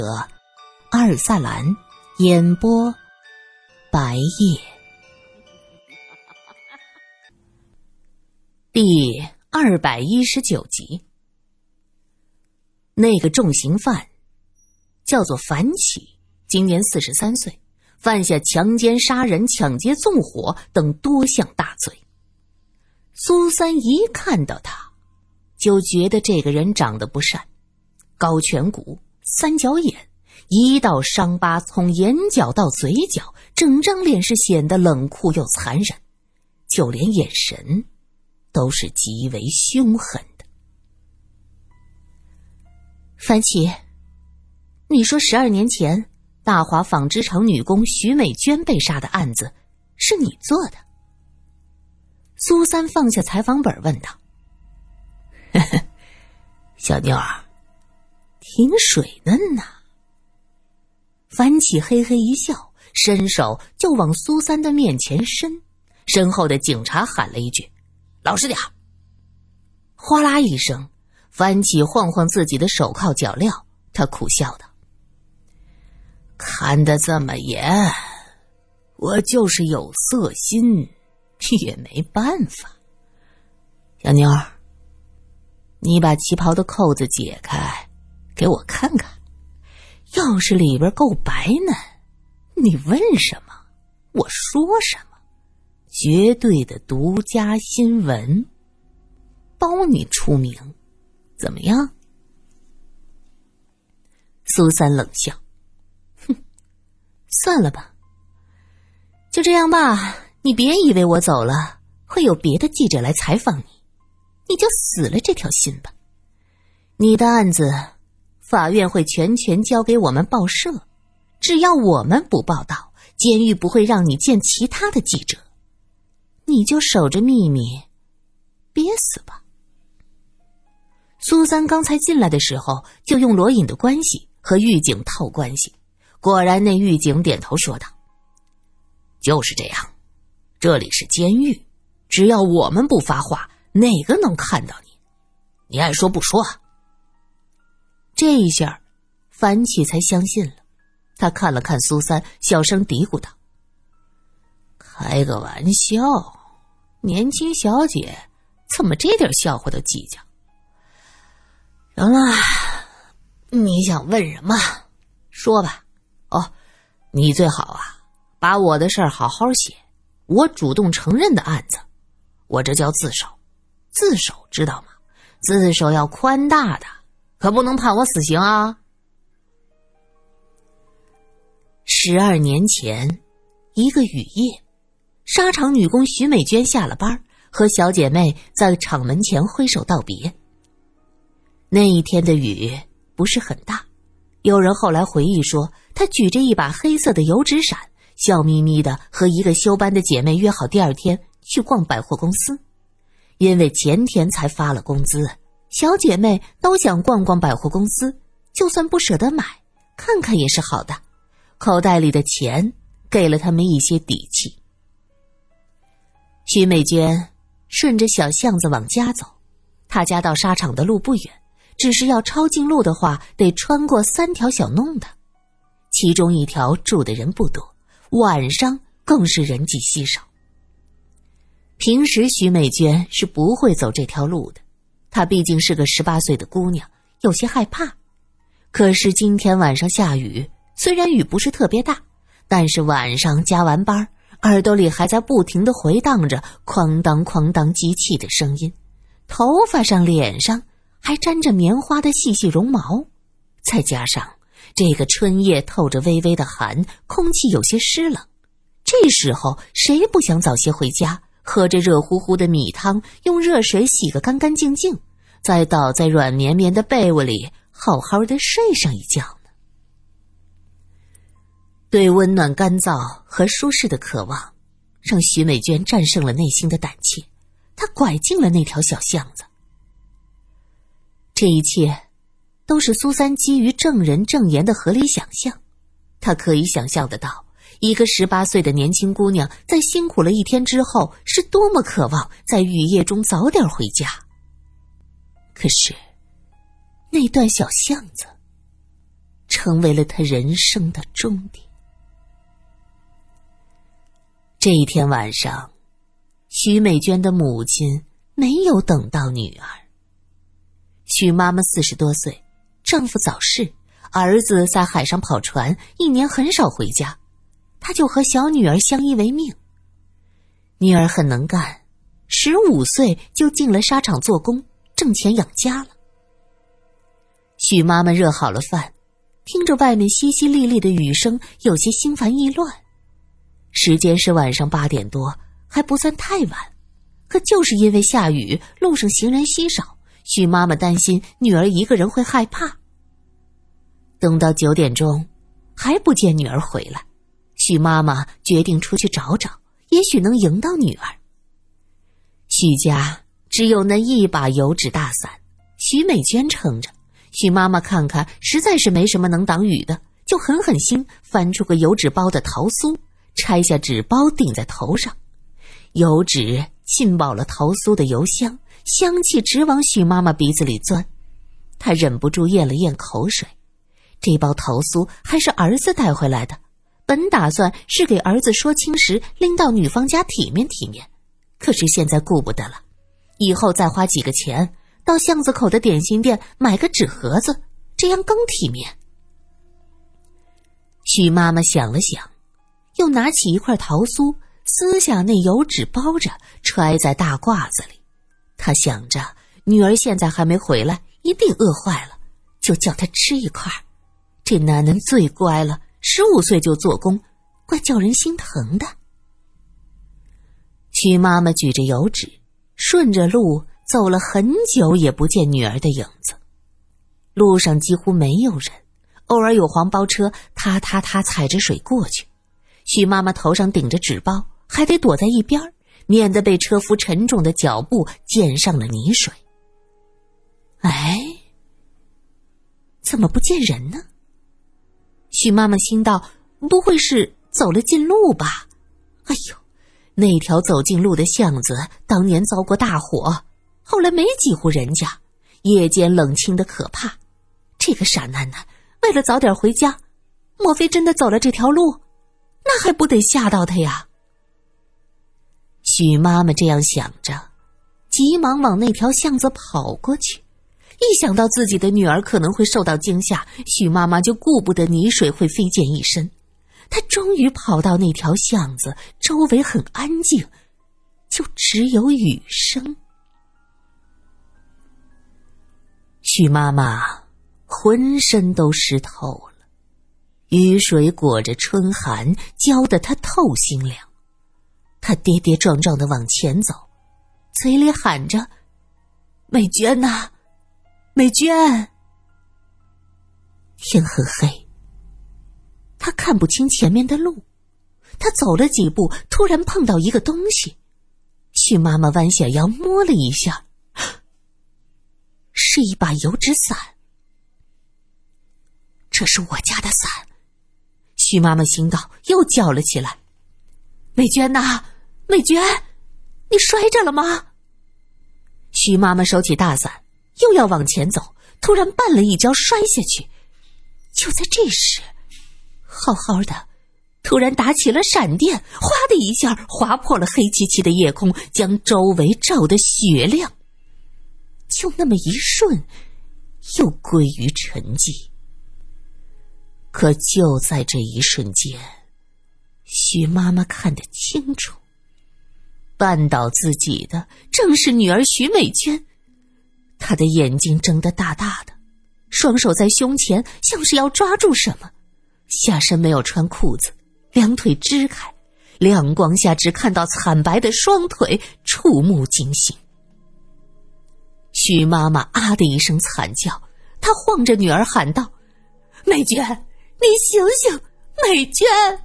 阿尔萨兰，演播白夜。第219集。那个重刑犯叫做樊启，今年43岁，犯下强奸、杀人、抢劫、纵火等多项大罪。苏三一看到他，就觉得这个人长得不善，高颧骨，三角眼，一道伤疤从眼角到嘴角，整张脸是显得冷酷又残忍，就连眼神都是极为凶狠的。樊启，你说12年前大华纺织厂女工徐美娟被杀的案子是你做的？苏三放下采访本问道。小妞儿，挺水嫩呐。樊启嘿嘿一笑，伸手就往苏三的面前伸，身后的警察喊了一句：老实点。哗啦一声，樊启晃晃自己的手铐脚镣，他苦笑道：看得这么严，我就是有色心也没办法。小妞儿，你把旗袍的扣子解开给我看看，要是里边够白嫩，你问什么我说什么，绝对的独家新闻，包你出名，怎么样？苏三冷笑，哼，算了吧，就这样吧，你别以为我走了会有别的记者来采访你，你就死了这条心吧。你的案子法院会全权交给我们报社，只要我们不报道，监狱不会让你见其他的记者，你就守着秘密憋死吧。苏三刚才进来的时候就用罗隐的关系和狱警套关系，果然那狱警点头说道：就是这样，这里是监狱，只要我们不发话，哪个能看到你？你爱说不说啊？这一下樊启才相信了，他看了看苏三，小声嘀咕道：开个玩笑，年轻小姐怎么这点笑话都计较？行了，你想问什么说吧。哦，你最好啊把我的事儿好好写，我主动承认的案子，我这叫自首。自首知道吗？自首要宽大的，可不能判我死刑啊。12年前一个雨夜，纱厂女工徐美娟下了班，和小姐妹在厂门前挥手道别。那一天的雨不是很大，有人后来回忆说，她举着一把黑色的油纸伞，笑眯眯的和一个休班的姐妹约好第二天去逛百货公司。因为前天才发了工资，小姐妹都想逛逛百货公司，就算不舍得买，看看也是好的，口袋里的钱给了他们一些底气。徐美娟顺着小巷子往家走，她家到纱厂的路不远，只是要抄近路的话得穿过3条小弄堂，其中一条住的人不多，晚上更是人迹稀少。平时徐美娟是不会走这条路的，她毕竟是个18岁的姑娘，有些害怕。可是今天晚上下雨，虽然雨不是特别大，但是晚上加完班，耳朵里还在不停地回荡着哐当哐当机器的声音，头发上脸上还沾着棉花的细细绒毛，再加上这个春夜透着微微的寒，空气有些湿冷，这时候谁不想早些回家，喝着热乎乎的米汤，用热水洗个干干净净，再倒在软绵绵的被窝里好好的睡上一觉呢。对温暖干燥和舒适的渴望，让徐美娟战胜了内心的胆怯，她拐进了那条小巷子。这一切都是苏三基于证人证言的合理想象，他可以想象得到，一个18岁的年轻姑娘在辛苦了一天之后，是多么渴望在雨夜中早点回家。可是那段小巷子成为了他人生的终点。这一天晚上，许美娟的母亲没有等到女儿。许妈妈40多岁，丈夫早逝，儿子在海上跑船，一年很少回家，她就和小女儿相依为命。女儿很能干，15岁就进了纱厂做工，挣钱养家了。许妈妈热好了饭，听着外面淅淅沥沥的雨声，有些心烦意乱。时间是晚上8点多，还不算太晚，可就是因为下雨，路上行人稀少，许妈妈担心女儿一个人会害怕。等到9点钟，还不见女儿回来，许妈妈决定出去找找，也许能迎到女儿。许家只有那一把油纸大伞，许美娟撑着。许妈妈看看实在是没什么能挡雨的，就狠狠心翻出个油纸包的桃酥，拆下纸包顶在头上。油纸浸饱了桃酥的油香，香气直往许妈妈鼻子里钻。她忍不住咽了咽口水。这包桃酥还是儿子带回来的，本打算是给儿子说亲时拎到女方家体面体面，可是现在顾不得了，以后再花几个钱到巷子口的点心店买个纸盒子，这样更体面。许妈妈想了想，又拿起一块桃酥，撕下那油纸包着，揣在大褂子里。她想着女儿现在还没回来，一定饿坏了，就叫她吃一块。这囡囡最乖了，15岁就做工，怪叫人心疼的。许妈妈举着油纸，顺着路走了很久，也不见女儿的影子。路上几乎没有人，偶尔有黄包车踏踏踏踩着水过去。许妈妈头上顶着纸包，还得躲在一边，免得被车夫沉重的脚步溅上了泥水。哎，怎么不见人呢？许妈妈心道，不会是走了近路吧？哎呦，那条走近路的巷子当年遭过大火，后来没几户人家，夜间冷清的可怕。这个傻囡囡为了早点回家，莫非真的走了这条路？那还不得吓到她呀？许妈妈这样想着，急忙往那条巷子跑过去。一想到自己的女儿可能会受到惊吓，许妈妈就顾不得泥水会飞溅一身。她终于跑到那条巷子，周围很安静，就只有雨声。许妈妈浑身都湿透了，雨水裹着春寒，浇得她透心凉。她跌跌撞撞地往前走，嘴里喊着：“美娟呐，美娟！”天很黑，她看不清前面的路。她走了几步，突然碰到一个东西。许妈妈弯下腰摸了一下，是一把油纸伞。这是我家的伞。许妈妈心道，又叫了起来：“美娟呐，美娟，你摔着了吗？”许妈妈收起大伞，又要往前走，突然绊了一跤，摔下去。就在这时，好好的突然打起了闪电，哗的一下划破了黑漆漆的夜空，将周围照得雪亮。就那么一瞬，又归于沉寂。可就在这一瞬间，许妈妈看得清楚，绊倒自己的正是女儿许美娟。她的眼睛睁得大大的，双手在胸前，像是要抓住什么。下身没有穿裤子，两腿支开，亮光下只看到惨白的双腿，触目惊心。许妈妈啊的一声惨叫，她晃着女儿喊道：“美娟，你醒醒，美娟！”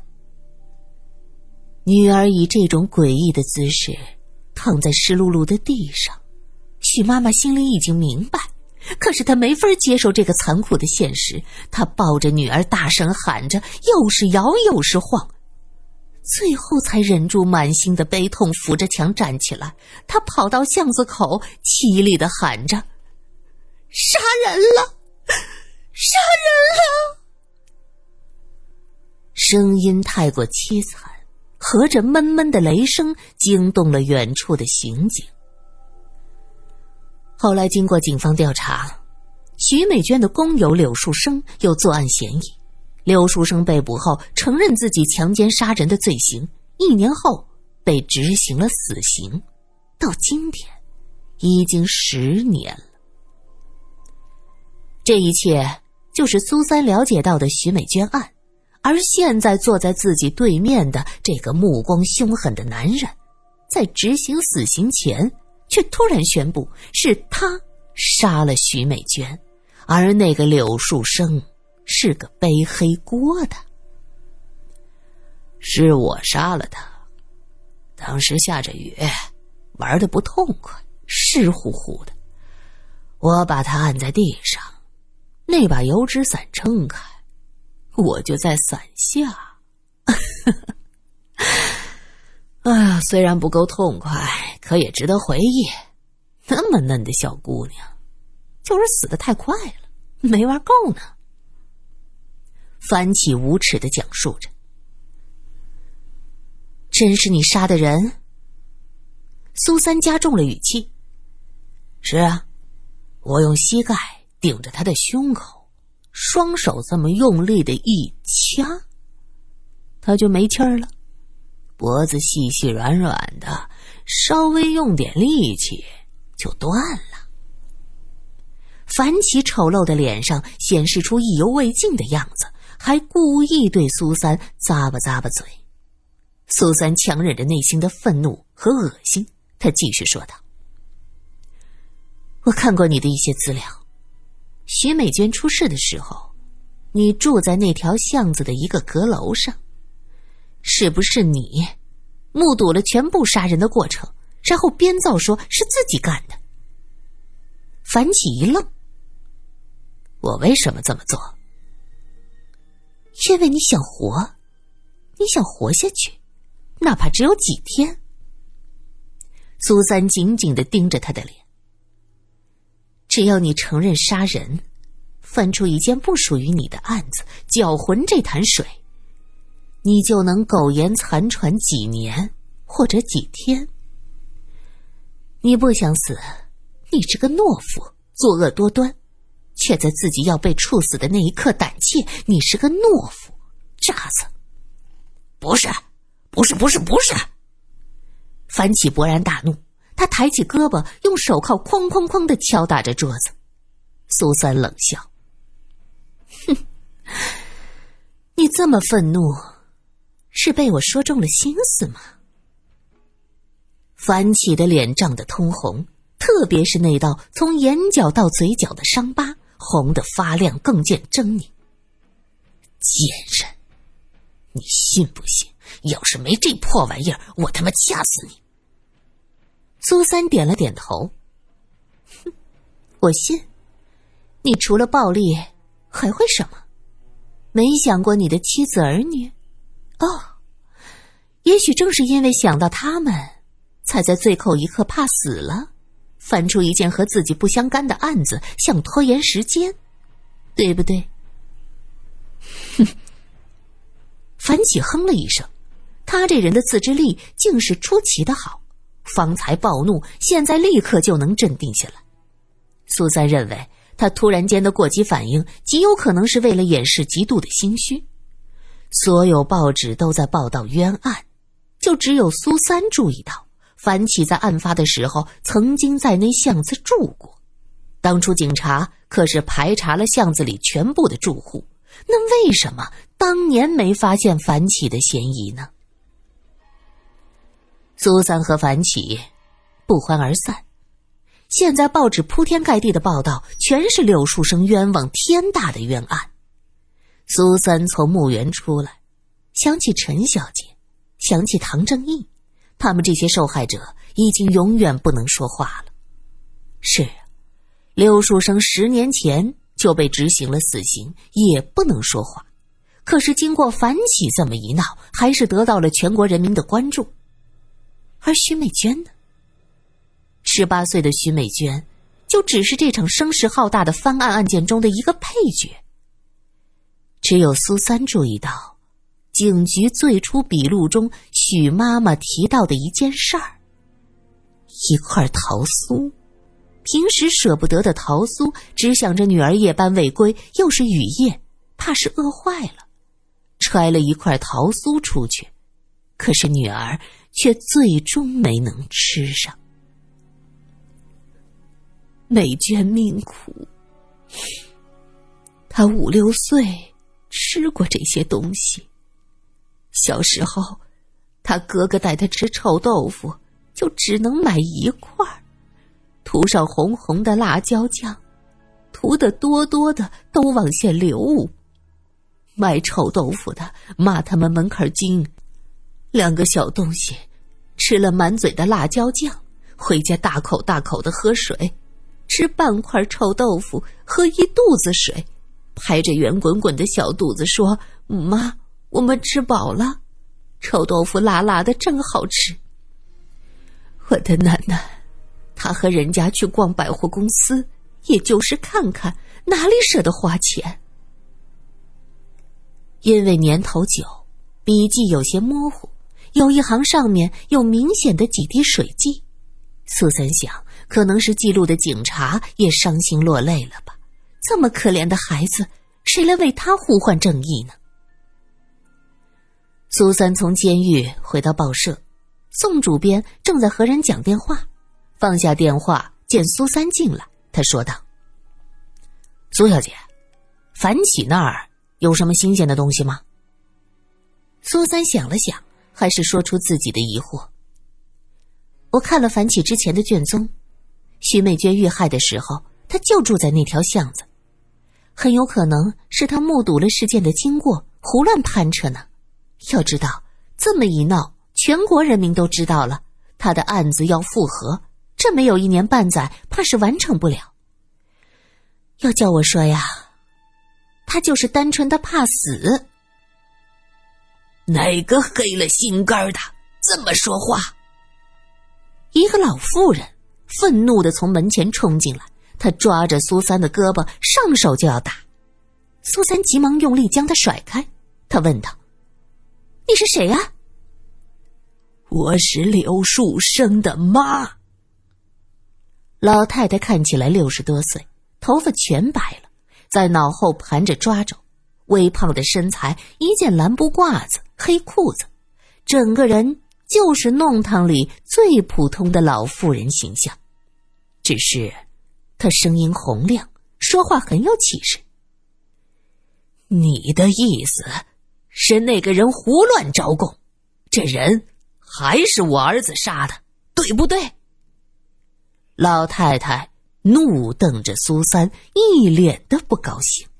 女儿以这种诡异的姿势躺在湿漉漉的地上，许妈妈心里已经明白，可是她没法接受这个残酷的现实。她抱着女儿大声喊着，又是摇又是晃，最后才忍住满心的悲痛，扶着墙站起来。她跑到巷子口，凄厉地喊着：“杀人了！杀人了！” 声音太过凄惨，和着闷闷的雷声惊动了远处的刑警。后来经过警方调查，徐美娟的工友柳树生有作案嫌疑。柳树生被捕后承认自己强奸杀人的罪行，1年后被执行了死刑，到今天已经10年了。这一切就是苏三了解到的徐美娟案，而现在坐在自己对面的这个目光凶狠的男人，在执行死刑前却突然宣布是他杀了徐美娟，而那个柳树生是个背黑锅的。 是我杀了他，当时下着雨，玩得不痛快，湿乎乎的，我把他按在地上，那把油纸伞撑开，我就在伞下。哎呀，虽然不够痛快，可也值得回忆。那么嫩的小姑娘，就是死得太快了，没玩够呢。 樊起无耻地讲述着。真是你杀的人？苏三加重了语气。 是啊，我用膝盖顶着他的胸口，双手这么用力的一掐，他就没气儿了，脖子细细软软的，稍微用点力气就断了。 樊起丑陋的脸上显示出意犹未尽的样子，还故意对苏三咂巴咂巴嘴。苏三强忍着内心的愤怒和恶心，他继续说道：我看过你的一些资料，徐美娟出事的时候，你住在那条巷子的一个阁楼上，是不是你目睹了全部杀人的过程，然后编造说是自己干的？樊起一愣。 我为什么这么做？ 因为你想活，你想活下去，哪怕只有几天。苏三紧紧地盯着他的脸。只要你承认杀人，翻出一件不属于你的案子，搅浑这潭水，你就能苟延残喘几年或者几天。你不想死，你是个懦夫，作恶多端，却在自己要被处死的那一刻胆怯，你是个懦夫，渣子。 不是！ 樊起勃然大怒，他抬起胳膊，用手铐哐哐哐地敲打着桌子。苏三冷笑：哼，你这么愤怒，是被我说中了心思吗？樊起的脸涨得通红，特别是那道从眼角到嘴角的伤疤，红得发亮，更见狰狞。 贱人，你信不信，要是没这破玩意儿，我他妈掐死你！ 苏三点了点头。哼，我信。你除了暴力还会什么？没想过你的妻子儿女？哦，也许正是因为想到他们，才在最后一刻怕死了，翻出一件和自己不相干的案子，想拖延时间，对不对？哼！樊起哼了一声，他这人的自制力竟是出奇的好，方才暴怒，现在立刻就能镇定下来。苏三认为他突然间的过激反应极有可能是为了掩饰极度的心虚。所有报纸都在报道冤案，就只有苏三注意到樊起在案发的时候曾经在那巷子住过。当初警察可是排查了巷子里全部的住户，那为什么当年没发现樊起的嫌疑呢？苏三和樊起不欢而散。现在报纸铺天盖地的报道全是柳树生冤枉天大的冤案。苏三从墓园出来，想起陈小姐，想起唐正义，他们这些受害者已经永远不能说话了。是啊，柳树生10年前就被执行了死刑，也不能说话。可是经过樊起这么一闹，还是得到了全国人民的关注。而徐美娟呢？18岁的徐美娟就只是这场声势浩大的翻案案件中的一个配角。只有苏三注意到， 警局最初笔录中许妈妈提到的一件事儿：一块桃酥。平时舍不得的桃酥，只想着女儿夜班未归，又是雨夜，怕是饿坏了，揣了一块桃酥出去，可是女儿却最终没能吃上。美娟命苦，她5、6岁吃过这些东西。小时候，她哥哥带她吃臭豆腐，就只能买一块，涂上红红的辣椒酱，涂得多多的都往下流污。卖臭豆腐的骂他们门口精，2个小东西吃了满嘴的辣椒酱，回家大口大口的喝水，吃半块臭豆腐喝一肚子水，拍着圆滚滚的小肚子说：妈，我们吃饱了，臭豆腐辣辣的真好吃。我的奶奶，她和人家去逛百货公司，也就是看看，哪里舍得花钱。因为年头久，笔记有些模糊，有一行上面有明显的几滴水迹。苏三想，可能是记录的警察也伤心落泪了吧，这么可怜的孩子，谁来为他呼唤正义呢？苏三从监狱回到报社，宋主编正在和人讲电话，放下电话见苏三进来，他说道：苏小姐，樊启那儿有什么新鲜的东西吗？苏三想了想，还是说出自己的疑惑。我看了樊启之前的卷宗，徐美娟遇害的时候，他就住在那条巷子，很有可能是他目睹了事件的经过，胡乱攀扯呢。要知道，这么一闹，全国人民都知道了，他的案子要复核，这没有1年半载，怕是完成不了。要叫我说呀，他就是单纯的怕死。 哪个黑了心肝的这么说话？ 一个老妇人愤怒地从门前冲进来，她抓着苏三的胳膊，上手就要打。苏三急忙用力将她甩开，他问道：你是谁啊？ 我是刘树生的妈。 老太太看起来60多岁，头发全白了，在脑后盘着抓肘，微胖的身材，一件蓝布褂子，黑裤子，整个人就是弄堂里最普通的老妇人形象。只是她声音洪亮，说话很有气势。 你的意思是那个人胡乱招供，这人还是我儿子杀的，对不对？ 老太太怒瞪着苏三，一脸的不高兴。